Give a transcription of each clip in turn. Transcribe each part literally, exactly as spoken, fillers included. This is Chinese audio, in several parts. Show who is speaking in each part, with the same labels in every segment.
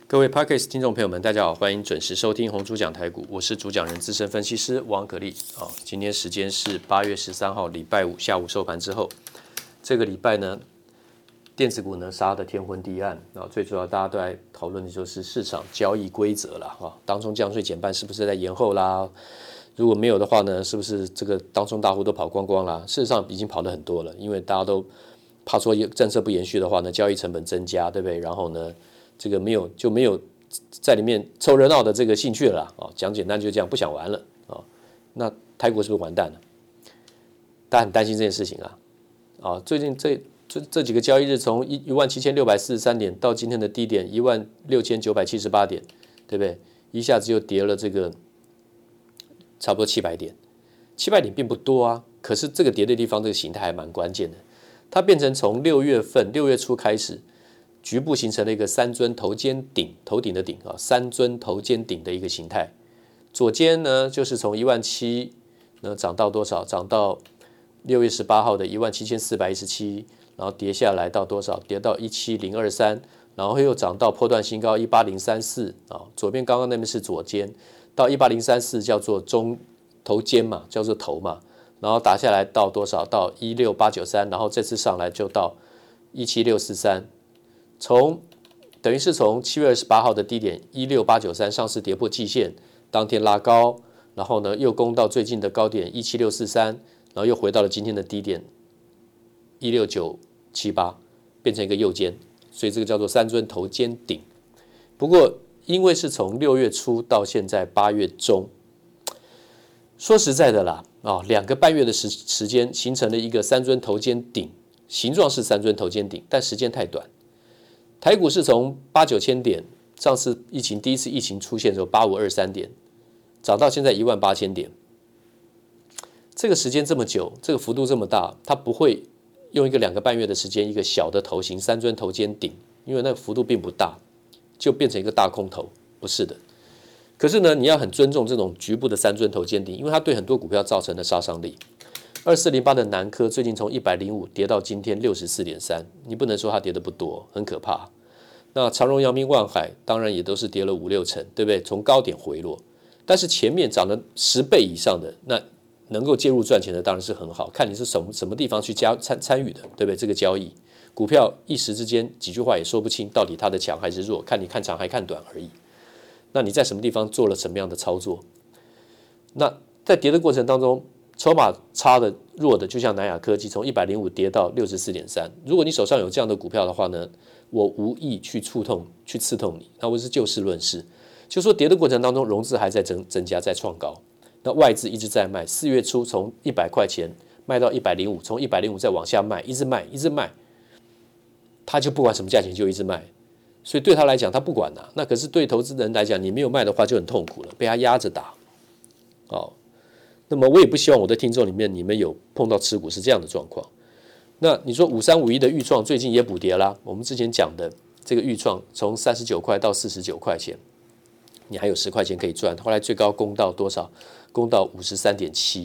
Speaker 1: 各位 Podcast 听众朋友们，大家好，欢迎准时收听红猪讲台股，我是主讲人资深分析师王可立。哦，今天时间是八月十三号礼拜五下午收盘之后，这个礼拜呢，电子股呢杀得天昏地暗啊、哦，最主要大家都在讨论的就是市场交易规则啦，哈、哦，当冲降税减半是不是在延后啦？如果没有的话呢，是不是这个当冲大户都跑光光啦？事实上已经跑得很多了，因为大家都怕说政策不延续的话呢，交易成本增加，对不对？然后呢，这个没有就没有在里面凑热闹的这个兴趣了啦，哦，讲简单就这样，不想玩了啊、哦。那台股是不是完蛋了？大家很担心这件事情啊。啊、哦，最近这这这几个交易日，从一一万七千六百四十三点到今天的低点一万六千九百七十八点，对不对？一下子就跌了这个差不多七百点，七百点并不多啊，可是这个跌的地方，这个形态还蛮关键的。它变成从六月份六月初开始，局部形成了一个三尊头肩顶，头顶的顶啊，三尊头肩顶的一个形态。左肩呢，就是从一万七呢涨到多少？涨到六月十八号的一万七千四百一十七，然后跌下来到多少？跌到一七零二三，然后又涨到波段新高一八零三四啊。左边刚刚那边是左肩，到一八零三四叫做中头肩嘛，叫做头嘛。然后打下来到多少？到一六八九三，然后这次上来就到一七六四三，从等于是从七月二十八号的低点一六八九三上市跌破季线，当天拉高，然后呢又攻到最近的高点一七六四三，然后又回到了今天的低点一六九七八，变成一个右肩，所以这个叫做三尊头肩顶。不过因为是从六月初到现在八月中，说实在的啦，啊，两个半月的时时间形成了一个三尊头肩顶，形状是三尊头肩顶，但时间太短。台股是从八九千点，上次疫情第一次疫情出现的时候八五二三点，涨到现在一万八千点，这个时间这么久，这个幅度这么大，它不会用一个两个半月的时间，一个小的头型三尊头肩顶，因为那个幅度并不大，就变成一个大空头，不是的。可是呢，你要很尊重这种局部的三尊头肩顶，因为它对很多股票造成的杀伤力。二四零八的南科最近从一百零五跌到今天六十四点三，你不能说它跌的不多，很可怕。那长荣、阳明、万海当然也都是跌了五六成，对不对？从高点回落，但是前面涨了十倍以上的，那能够介入赚钱的当然是很好，看你是什么什么地方去加参参与的，对不对？这个交易股票一时之间几句话也说不清到底它的强还是弱，看你看长还看短而已。那你在什么地方做了什么样的操作？那在跌的过程当中，筹码差的弱的，就像南亚科技从一百零五跌到六十四点三。如果你手上有这样的股票的话呢，我无意去触痛、去刺痛你。那我是就事论事，就说跌的过程当中，融资还在增增加，在创高。那外资一直在卖，四月初从一百块钱卖到一百零五，从一百零五再往下卖，一直卖，一直卖，他就不管什么价钱就一直卖。所以对他来讲，他不管啦、啊。那可是对投资人来讲，你没有卖的话就很痛苦了，被他压着打。哦，那么我也不希望我的听众里面你们有碰到持股是这样的状况。那你说五三五一的裕创最近也补跌啦，我们之前讲的这个裕创从三十九块到四十九块钱，你还有十块钱可以赚，后来最高攻到多少？攻到五十三点七。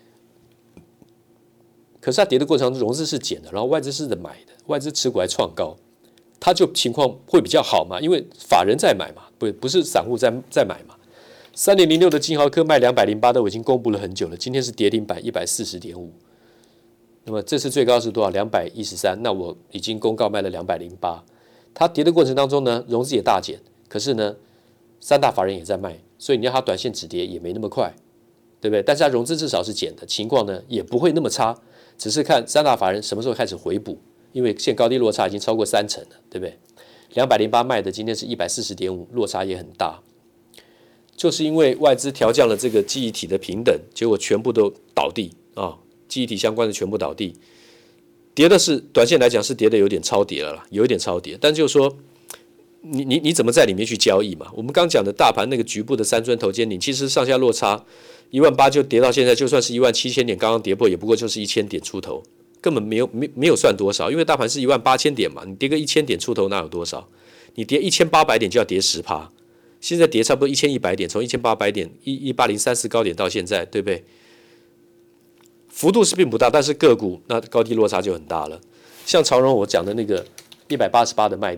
Speaker 1: 可是它跌的过程中融资是减的，然后外资是买的，外资持股还创高。它就情况会比较好嘛，因为法人在买嘛，不不是散户在在买嘛。三零零六的金豪科卖两百零八，都已经公布了很久了，今天是跌停板一百四十点五。那么这次最高是多少？两百一十三。那我已经公告卖了两百零八。它跌的过程当中呢，融资也大减，可是呢，三大法人也在卖，所以你要它短线止跌也没那么快，对不对？但是它融资至少是减的，情况呢也不会那么差，只是看三大法人什么时候开始回补。因为现高低落差已经超过三成了，对不对？两百零八卖的，今天是一百四十点五，落差也很大。就是因为外资调降了这个记忆体的平等，结果全部都倒地啊、哦！记忆体相关的全部倒地，跌的是短线来讲是跌的有点超跌了啦，有一点超跌。但就是说，你你你怎么在里面去交易嘛？我们刚讲的大盘那个局部的三尊头肩顶，其实上下落差一万八就跌到现在，就算是一万七千点，刚刚跌破也不过就是一千点出头。根本没有没没有算多少，因为大盘是一万八千点嘛，你跌个一千点出头哪有多少？你跌一千八百点就要跌十趴，现在跌差不多一千一百点，从一千八百点一一八零三四高点到现在，对不对？幅度是并不大，但是个股那高低落差就很大了。像长荣我讲的那个一百八十八的卖点，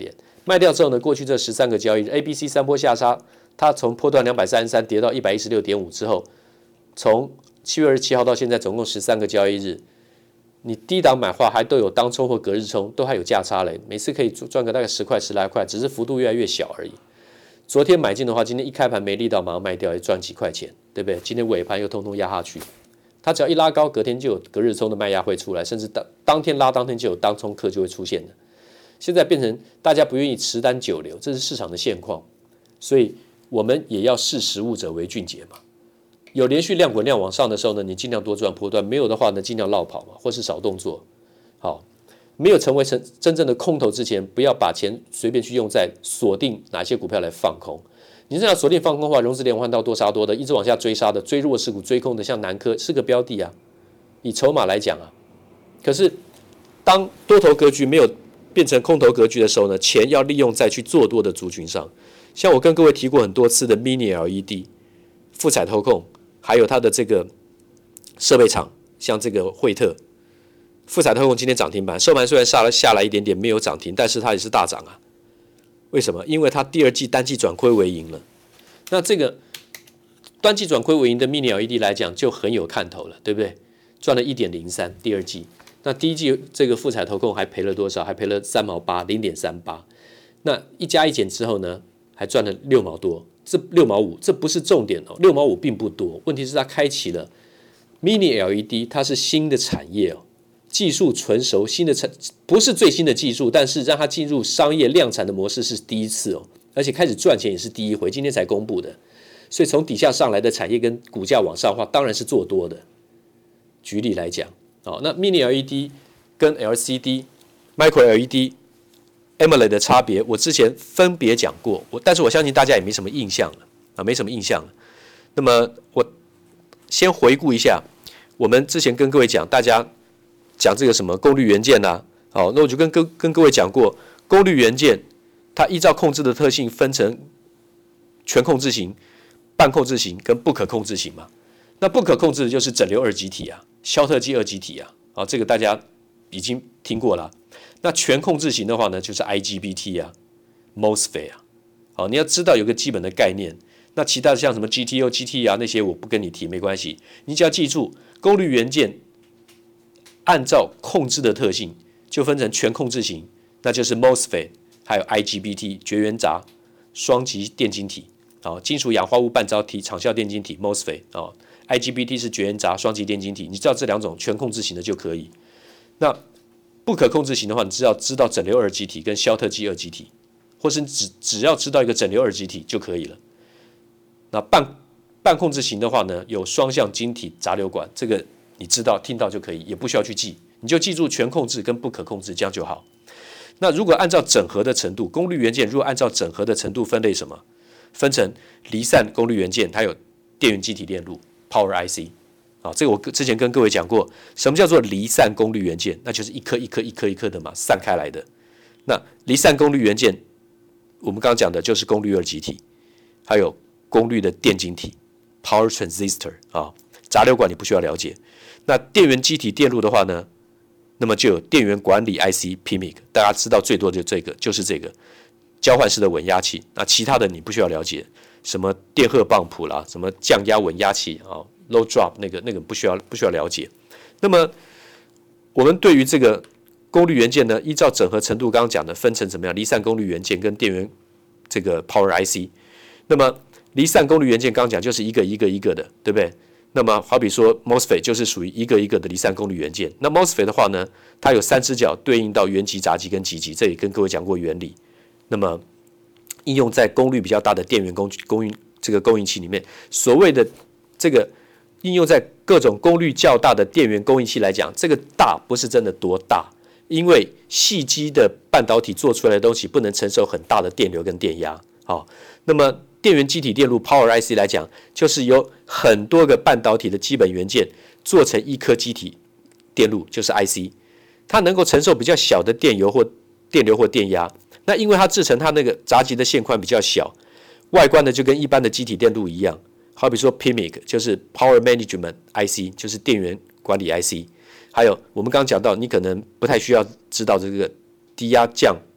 Speaker 1: 卖掉之后呢，过去这十三个交易日 ，A、B、C 三波下杀，它从波段两百三十三跌到一百一十六点五之后，从七月二十七号到现在总共十三个交易日，你低档买话还都有当冲或隔日冲，都还有价差嘞，每次可以赚个大概十块十来块，只是幅度越来越小而已。昨天买进的话，今天一开盘没力道，马上卖掉，也赚几块钱，对不对？今天尾盘又通通压下去，它只要一拉高，隔天就有隔日冲的卖压会出来，甚至当当天拉当天就有当冲客就会出现的。现在变成大家不愿意持单久留，这是市场的现况，所以我们也要视时务者为俊杰嘛。有连续量滚量往上的时候呢，你尽量多赚波段；没有的话呢，尽量绕跑嘛，或是少动作。好，没有成为成真正的空头之前，不要把钱随便去用在锁定哪些股票来放空。你这样锁定放空的话，融资连环到多杀多的，一直往下追杀的，追弱势股、追空的，像南科是个标的啊。以筹码来讲啊，可是当多头格局没有变成空头格局的时候呢，钱要利用在去做多的族群上。像我跟各位提过很多次的 Mini L E D、富彩投控，还有它的这个设备厂，像这个惠特。富彩投控今天涨停板，收盘虽然下了下来一点点，没有涨停，但是它也是大涨啊。为什么？因为它第二季单季转亏为盈了。那这个单季转亏为盈的 Mini L E D 来讲，就很有看头了，对不对？赚了 一点零三， 第二季。那第一季这个富彩投控还赔了多少？还赔了三毛八， 零点三八。那一加一减之后呢，还赚了六毛多，这六毛五，这不是重点哦，六毛五并不多。问题是它开启了 Mini L E D， 它是新的产业哦。技术纯熟，新的产不是最新的技术，但是让它进入商业量产的模式是第一次哦，而且开始赚钱也是第一回，今天才公布的，所以从底下上来的产业跟股价往上的话，当然是做多的。举例来讲，哦，那 Mini L E D 跟 L C D、Micro L E D、AMOLED 的差别，我之前分别讲过，我但是我相信大家也没什么印象了啊，没什么印象了。那么我先回顾一下，我们之前跟各位讲，大家。讲这个什么功率元件啊，好，那我就跟跟跟各位讲过，功率元件它依照控制的特性分成全控制型、半控制型跟不可控制型嘛。那不可控制的就是整流二极体啊、肖特基二极体啊，好，这个大家已经听过了。那全控制型的话呢，就是 I G B T 啊、M O S F E T 啊，好，你要知道有个基本的概念。那其他的像什么 G T O、G T 啊那些我不跟你提没关系，你只要记住功率元件。按照控制的特性，就分成全控制型，那就是 M O S F E T， 还有 I G B T 绝缘闸双极电晶体，哦，金属氧化物半导体场效电晶体 M O S F E T， 哦 ，I G B T 是绝缘闸双极电晶体，你知道这两种全控制型的就可以。那不可控制型的话，你只要知道整流二极体跟肖特基二极体，或是只只要知道一个整流二极体就可以了。那半半控制型的话呢，有双向晶体杂流管，这个。你知道听到就可以，也不需要去记，你就记住全控制跟不可控制，这样就好。那如果按照整合的程度，功率元件如果按照整合的程度分类什么？分成离散功率元件，它有电源基体电路 Power I C。好，这个我之前跟各位讲过，什么叫做离散功率元件？那就是一颗一颗一颗一颗的嘛，散开来的。那离散功率元件，我们刚刚讲的就是功率二极体，还有功率的电晶体 Power Transistor 啊，杂流管你不需要了解。那电源基体电路的话呢，那么就有电源管理 I C P M I C， 大家知道最多的就这个，就是这个交换式的稳压器。那其他的你不需要了解，什么电荷棒谱啦，什么降压稳压器啊 ，low drop 那个那个不需要不需要了解。那么我们对于这个功率元件呢，依照整合程度刚刚讲的分成怎么样？离散功率元件跟电源这个 Power I C。那么离散功率元件刚刚讲就是一个一个一个的，对不对？那么好比说 M O S F E T 就是属于一个一个的离散功率元件。那 M O S F E T 的话呢，它有三只脚对应到原极、杂极跟极极，这里跟各位讲过原理。那么应用在功率比较大的电源供供应这个供应器里面，所谓的这个应用在各种功率较大的电源供应器来讲，这个大不是真的多大，因为细基的半导体做出来的东西不能承受很大的电流跟电压。好，那么电源基体电路 Power I C 来讲，就是有很多个半导体的基本元件做成一颗基体电路，就是 I C， 它能够承受比较小的电流或电流或电压。那因为它制成它那个杂极的线宽比较小，外观呢就跟一般的基体电路一样。好比说 P M I C 就是 Power Management I C， 就是电源管理 I C。还有我们刚刚讲到，你可能不太需要知道这个低压降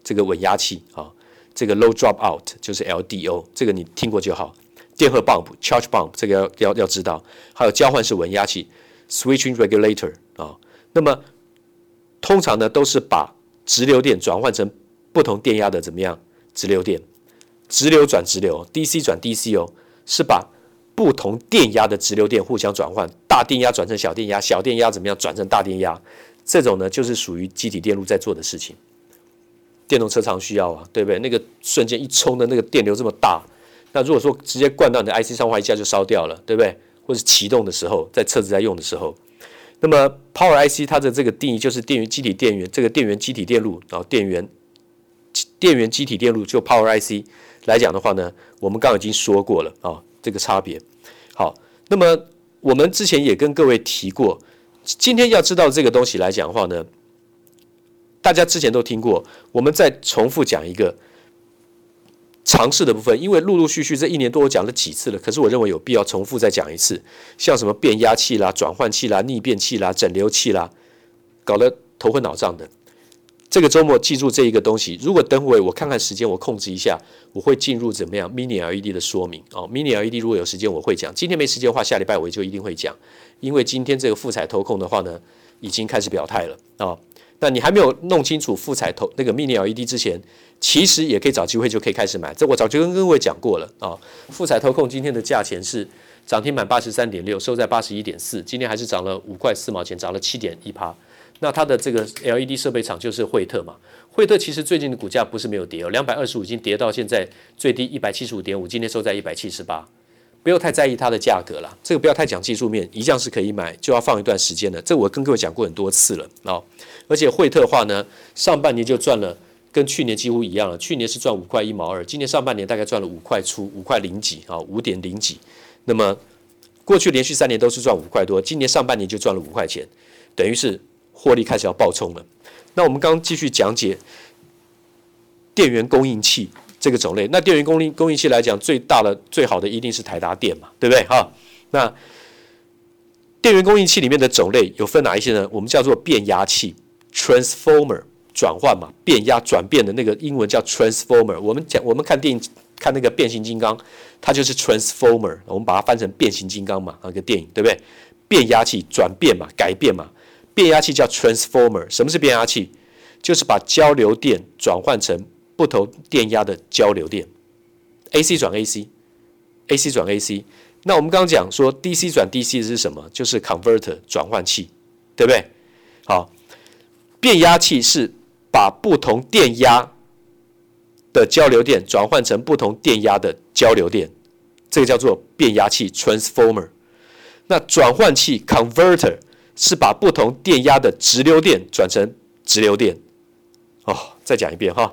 Speaker 1: 这个稳压器啊，这个 low drop out 就是 L D O， 这个你听过就好。电荷 pump charge pump 这个要要要知道，还有交换式稳压器 switching regulator 啊。那么通常呢都是把直流电转换成不同电压的怎么样直流电，直流转直流 D C 转 D C 哦，是把不同电压的直流电互相转换，大电压转成小电压，小电压怎么样转成大电压，这种呢就是属于机体电路在做的事情。电动车常需要啊，对不对？那个瞬间一冲的那个电流这么大，那如果说直接灌到你的 I C 上，话一下就烧掉了，对不对？或是启动的时候，在车子在用的时候，那么 Power I C 它的这个定义就是电源机体电源，这个电源机体电路，然后电源电源机体电路就 Power I C 来讲的话呢，我们刚刚已经说过了啊，这个差别。好，那么我们之前也跟各位提过，今天要知道这个东西来讲的话呢，大家之前都听过，我们再重复讲一个常识的部分，因为陆陆续续这一年多我讲了几次了，可是我认为有必要重复再讲一次，像什么变压器啦、转换器啦、逆变器啦、整流器啦，搞得头昏脑胀的。这个周末记住这一个东西，如果等会我看看时间，我控制一下，我会进入怎么样 Mini L E D 的说明哦。Mini L E D 如果有时间我会讲，今天没时间的话，下礼拜我就一定会讲，因为今天这个富彩投控的话呢，已经开始表态了啊、哦。那你还没有弄清楚富彩投那个 Mini L E D 之前，其实也可以找机会就可以开始买。这我早就跟各位讲过了啊、哦。富彩投控今天的价钱是涨停板 八十三点六， 收在 八十一点四， 今天还是涨了五块四毛钱，涨了 百分之七点一。那它的这个 L E D 设备厂就是惠特嘛，惠特其实最近的股价不是没有跌哦，两百二十五已经跌到现在最低 一百七十五点五， 今天收在一百七十八，不要太在意它的价格啦，这个不要太讲技术面，一样是可以买，就要放一段时间了，这我跟各位讲过很多次了哦。而且惠特的话呢，上半年就赚了，跟去年几乎一样了，去年是赚五块一毛二，今年上半年大概赚了五块出，五块零几啊，五点零几。那么过去连续三年都是赚五块多，今年上半年就赚了五块钱，等于是获利开始要爆冲了。那我们刚刚继续讲解电源供应器这个种类。那电源供应供应器来讲，最大的、最好的一定是台达电嘛，对不对？哈，那电源供应器里面的种类有分哪一些呢？我们叫做变压器 （transformer） 转换嘛，变压转变的那个英文叫 transformer。我们讲，我们看电影看那个变形金刚，它就是 transformer， 我们把它翻成变形金刚嘛，那个电影对不对？变压器转变嘛，改变嘛。变压器叫 transformer， 什么是变压器？就是把交流电转换成不同电压的交流电 ，A C 转 A C，A C 转 A C。那我们刚刚讲说 D C 转 D C 是什么？就是 converter 转换器，对不对？好，变压器是把不同电压的交流电转换成不同电压的交流电，这个叫做变压器 transformer。那转换器 converter。是把不同电压的直流电转成直流电。哦，再讲一遍哈，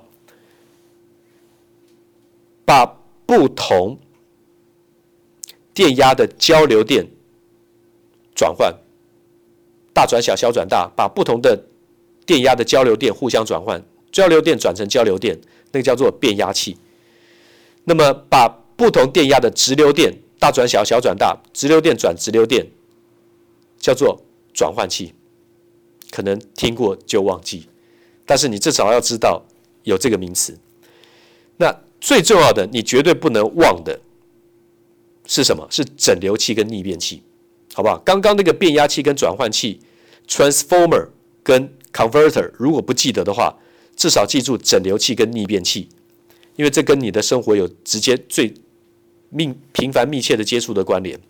Speaker 1: 把不同电压的交流电转换，大转小，小转大，把不同的电压的交流电互相转换，交流电转成交流电，那个叫做变压器。那么把不同电压的直流电，大转小，小转大，直流电转直流电，叫做转换器。可能听过就忘记，但是你至少要知道有这个名词。那最重要的，你绝对不能忘的是什么？是整流器跟逆变器，好不好？刚刚那个变压器跟转换器 ，transformer 跟 converter， 如果不记得的话，至少记住整流器跟逆变器，因为这跟你的生活有直接最密频繁密切的接触的关联。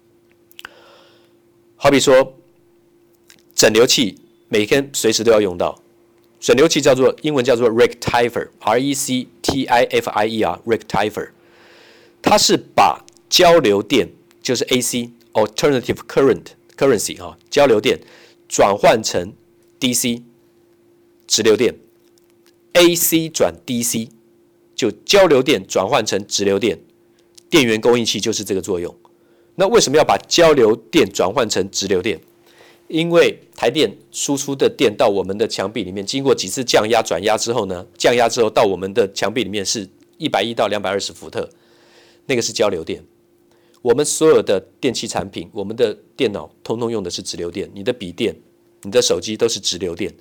Speaker 1: 好比说，整流器每天随时都要用到。整流器叫做英文叫做 rectifier，R E C T I F I E R，rectifier， 它是把交流电就是 A C alternative current currency 哈，交流电转换成 D C 直流电 ，A C 转 D C 就交流电转换成直流电，电源供应器就是这个作用。那为什么要把交流电转换成直流电？因为台电输出的电到我们的墙壁里面，经过几次降压转压之后呢，降压之后到我们的墙壁里面是一百一到两百二十伏特，那个是交流电。我们所有的电器产品，我们的电脑通通用的是直流电，你的笔电、你的手机都是直流电。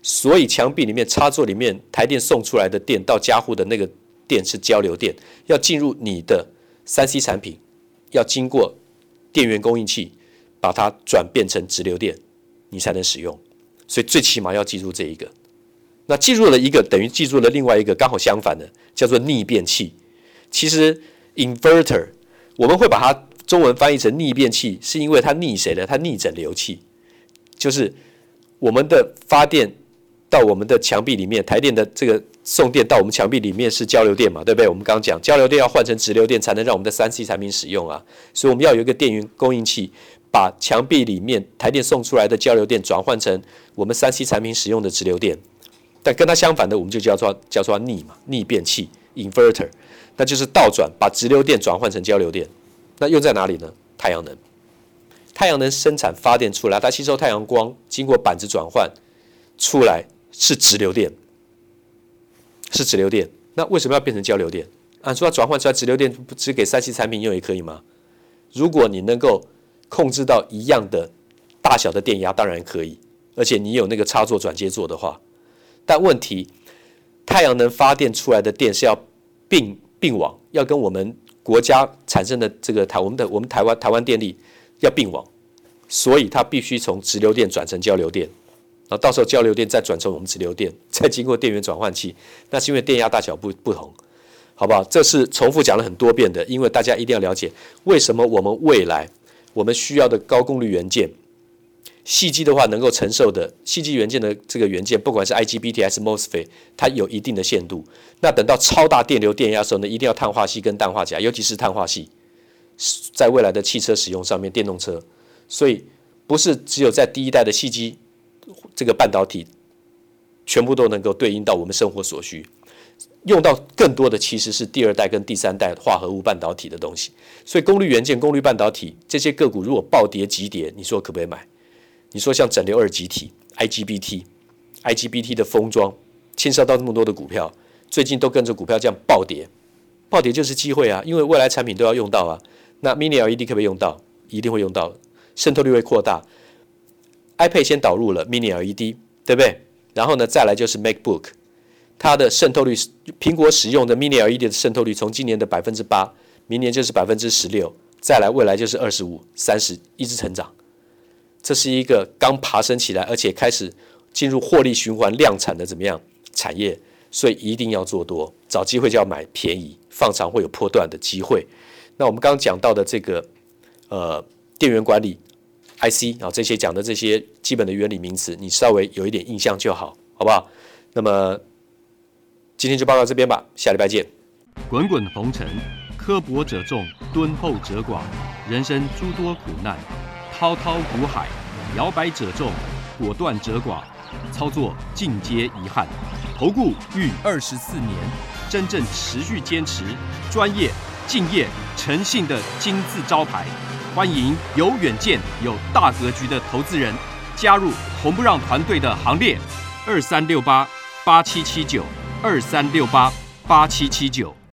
Speaker 1: 所以墙壁里面插座里面台电送出来的电到家户的那个电是交流电，要进入你的 三 C 产品，要经过电源供应器把它转变成直流电，你才能使用。所以最起码要记住这一个。那记住了一个，等于记住了另外一个，刚好相反的，叫做逆变器。其实 inverter 我们会把它中文翻译成逆变器，是因为它逆谁的？它逆整流器，就是我们的发电到我们的墙壁里面，台电的这个送电到我们墙壁里面是交流电嘛，对不对？我们刚刚讲交流电要换成直流电才能让我们的 三 C 产品使用啊，所以我们要有一个电源供应器，把墙壁里面台电送出来的交流电转换成我们 三 C 产品使用的直流电。但跟它相反的，我们就叫做叫做逆嘛，逆变器 inverter， 那就是倒转，把直流电转换成交流电。那用在哪里呢？太阳能，太阳能生产发电出来，它吸收太阳光，经过板子转换出来是直流电，是直流电。那为什么要变成交流电？按说要转换出来直流电，只给 三 C 产品用也可以吗？如果你能够控制到一样的大小的电压，当然可以，而且你有那个插座转接座的话。但问题，太阳能发电出来的电是要并并网，要跟我们国家产生的这个台我们的我们台湾台湾电力要并网，所以它必须从直流电转成交流电，然后到时候交流电再转成我们直流电，再经过电源转换器，那是因为电压大小不不同，好不好？这是重复讲了很多遍的，因为大家一定要了解为什么我们未来我们需要的高功率元件。细机的话能够承受的细机元件的这个元件，不管是 I G B T 还是 MOSFET， 它有一定的限度。那等到超大电流电压的时候呢，一定要碳化系跟氮化钾，尤其是碳化系，在未来的汽车使用上面，电动车，所以不是只有在第一代的细机这个半导体全部都能够对应到我们生活所需，用到更多的其实是第二代跟第三代化合物半导体的东西。所以功率元件、功率半导体这些个股如果暴跌急跌，你说可不可以买？你说像整流二极体 I G B T、I G B T 的封装，牵涉到那么多的股票，最近都跟着股票这样暴跌，暴跌就是机会啊，因为未来产品都要用到啊。那 Mini L E D 可不可以用到？一定会用到，渗透率会扩大。iPad 先导入了 Mini L E D， 对不对？然后呢，再来就是 MacBook， 它的渗透率，苹果使用的 Mini L E D 的渗透率从今年的 百分之八， 明年就是 百分之十六， 再来未来就是二十五、三十，一直成长。这是一个刚爬升起来，而且开始进入获利循环量产的怎么样产业，所以一定要做多，找机会就要买便宜，放长会有波段的机会。那我们刚刚讲到的这个呃电源管理 I C 啊，这些讲的这些基本的原理名词，你稍微有一点印象就好，好不好？那么今天就报到这边吧，下礼拜见。
Speaker 2: 滚滚红尘，刻薄者众，敦厚者寡，人生诸多苦难。滔滔苦海，摇摆者众，果断者寡，操作尽皆遗憾。投顾逾二十四年，真正持续坚持、专业、敬业、诚信的金字招牌。欢迎有远见、有大格局的投资人加入红不让团队的行列。二三六八八七七九，二三六八八七七九。